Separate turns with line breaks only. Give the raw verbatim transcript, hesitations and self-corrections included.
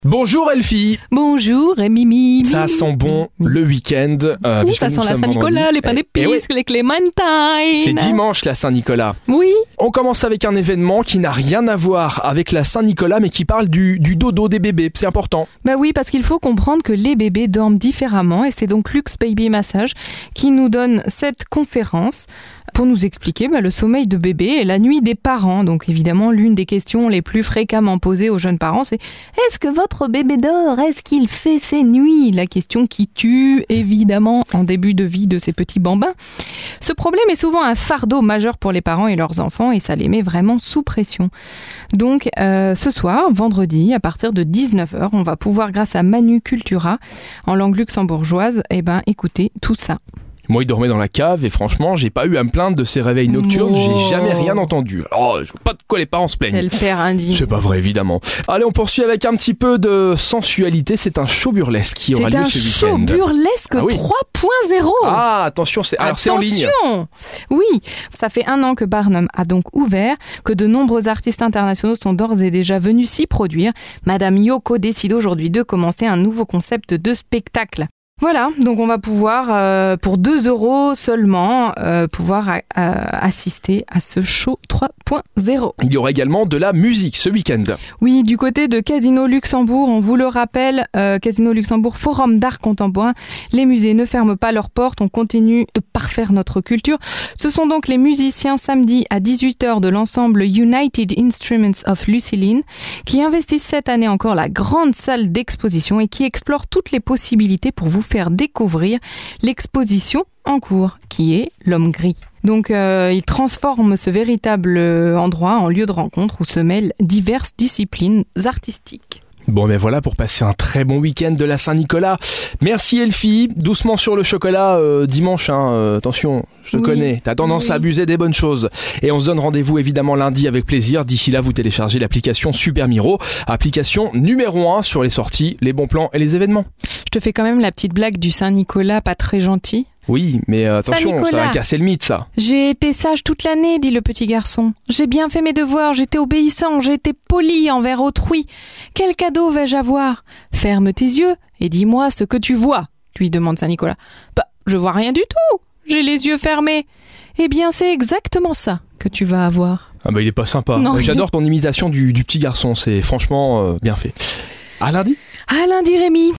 Bonjour Elfie.
Bonjour Mimi.
Ça sent bon le week-end.
Euh, oui, ça sent la Saint-Nicolas, les pains d'épices, oui. Les clémentines.
C'est dimanche la Saint-Nicolas.
Oui.
On commence avec un événement qui n'a rien à voir avec la Saint-Nicolas, mais qui parle du, du dodo des bébés. C'est important.
Bah oui, parce qu'il faut comprendre que les bébés dorment différemment, et c'est donc Lux Baby Massage qui nous donne cette conférence pour nous expliquer bah, le sommeil de bébé et la nuit des parents. Donc évidemment, l'une des questions les plus fréquemment posées aux jeunes parents, c'est « Est-ce que votre bébé dort ? Est-ce qu'il fait ses nuits ?» La question qui tue, évidemment, en début de vie de ces petits bambins. Ce problème est souvent un fardeau majeur pour les parents et leurs enfants, et ça les met vraiment sous pression. Donc euh, ce soir, vendredi, à partir de dix-neuf heures, on va pouvoir, grâce à Manu Cultura, en langue luxembourgeoise, eh ben, écouter tout ça.
Moi, il dormait dans la cave et franchement, j'ai pas eu à me plaindre de ces réveils nocturnes. Oh. J'ai jamais rien entendu. Alors, je vois pas de quoi les parents se plaignent.
Quel père indigne.
C'est pas vrai, évidemment. Allez, on poursuit avec un petit peu de sensualité. C'est un show burlesque qui aura lieu ce week-end.
C'est un show burlesque ah, oui. trois point zéro.
Ah, attention, c'est... Alors,
attention.
C'est en ligne.
Oui, ça fait un an que Barnum a donc ouvert, que de nombreux artistes internationaux sont d'ores et déjà venus s'y produire. Madame Yoko décide aujourd'hui de commencer un nouveau concept de spectacle. Voilà, donc on va pouvoir, euh, pour deux euros seulement, euh, pouvoir euh, assister à ce show trois point zéro.
Il y aura également de la musique ce week-end.
Oui, du côté de Casino Luxembourg, on vous le rappelle, euh, Casino Luxembourg, forum d'art contemporain. Les musées ne ferment pas leurs portes, on continue de parfaire notre culture. Ce sont donc les musiciens samedi à dix-huit heures de l'ensemble United Instruments of Lucilene qui investissent cette année encore la grande salle d'exposition et qui explorent toutes les possibilités pour vous faire découvrir l'exposition en cours, qui est l'homme gris. Donc, euh, il transforme ce véritable endroit en lieu de rencontre où se mêlent diverses disciplines artistiques.
Bon, ben voilà pour passer un très bon week-end de la Saint-Nicolas. Merci Elfie. Doucement sur le chocolat euh, dimanche. Hein. Euh, attention, je te oui. connais. T'as tendance oui. à abuser des bonnes choses. Et on se donne rendez-vous évidemment lundi avec plaisir. D'ici là, vous téléchargez l'application Super Miro. Application numéro un sur les sorties, les bons plans et les événements.
Je te fais quand même la petite blague du Saint-Nicolas, pas très gentil.
Oui, mais euh, attention, ça va casser le mythe, ça.
J'ai été sage toute l'année, dit le petit garçon. J'ai bien fait mes devoirs, j'étais obéissant, j'ai été poli envers autrui. Quel cadeau vais-je avoir ? Ferme tes yeux et dis-moi ce que tu vois, lui demande Saint-Nicolas. Bah, je vois rien du tout, j'ai les yeux fermés. Eh bien, c'est exactement ça que tu vas avoir.
Ah bah, il est pas sympa.
Non,
ouais, j'adore ton imitation du, du petit garçon, c'est franchement euh, bien fait. À lundi ?
À lundi, Rémi.